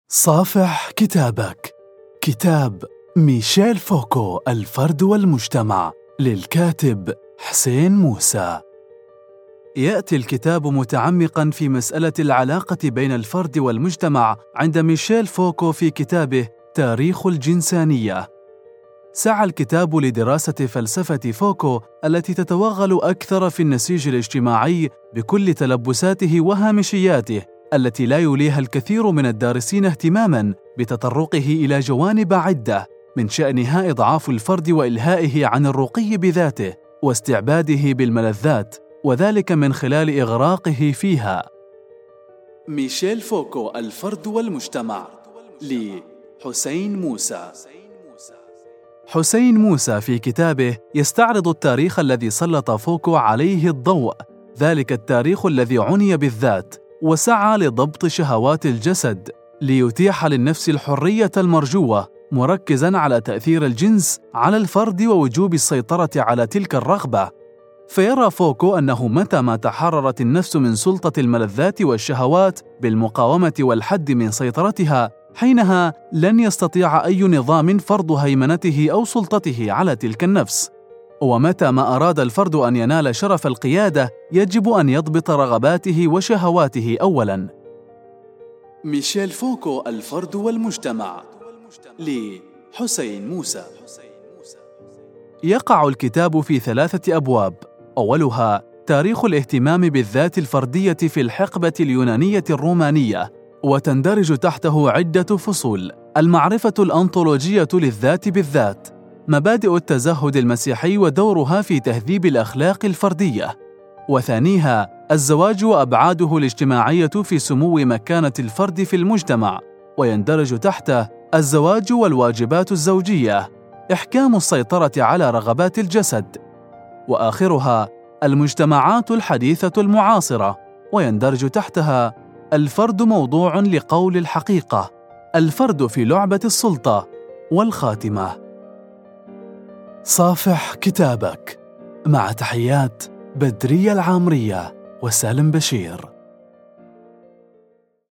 صافح كتابك. كتاب ميشيل فوكو الفرد والمجتمع للكاتب حسين موسى. يأتي الكتاب متعمقاً في مسألة العلاقة بين الفرد والمجتمع عند ميشيل فوكو في كتابه تاريخ الجنسانية. سعى الكتاب لدراسة فلسفة فوكو التي تتوغل أكثر في النسيج الاجتماعي بكل تلبساته وهامشياته التي لا يوليها الكثير من الدارسين اهتماماً بتطرقه إلى جوانب عدة من شأنها إضعاف الفرد وإلهائه عن الرقي بذاته واستعباده بالملذات، وذلك من خلال إغراقه فيها. ميشيل فوكو الفرد والمجتمع لحسين موسى. حسين موسى في كتابه يستعرض التاريخ الذي سلط فوكو عليه الضوء، ذلك التاريخ الذي عني بالذات وسعى لضبط شهوات الجسد ليتيح للنفس الحرية المرجوة، مركزاً على تأثير الجنس على الفرد ووجوب السيطرة على تلك الرغبة. فيرى فوكو أنه متى ما تحررت النفس من سلطة الملذات والشهوات بالمقاومة والحد من سيطرتها، حينها لن يستطيع أي نظام فرض هيمنته أو سلطته على تلك النفس. ومتى ما أراد الفرد أن ينال شرف القيادة، يجب أن يضبط رغباته وشهواته أولاً. ميشيل فوكو الفرد والمجتمع لحسين موسى. يقع الكتاب في 3 أبواب، أولها تاريخ الاهتمام بالذات الفردية في الحقبة اليونانية الرومانية، وتندرج تحته عدة فصول: المعرفة الأنطولوجية للذات بالذات، مبادئ التزهد المسيحي ودورها في تهذيب الأخلاق الفردية، وثانيها الزواج وأبعاده الاجتماعية في سمو مكانة الفرد في المجتمع، ويندرج تحته الزواج والواجبات الزوجية، إحكام السيطرة على رغبات الجسد، وآخرها المجتمعات الحديثة المعاصرة، ويندرج تحتها الفرد موضوع لقول الحقيقة، الفرد في لعبة السلطة، والخاتمة. صافح كتابك، مع تحيات بدرية العامرية وسالم بشير.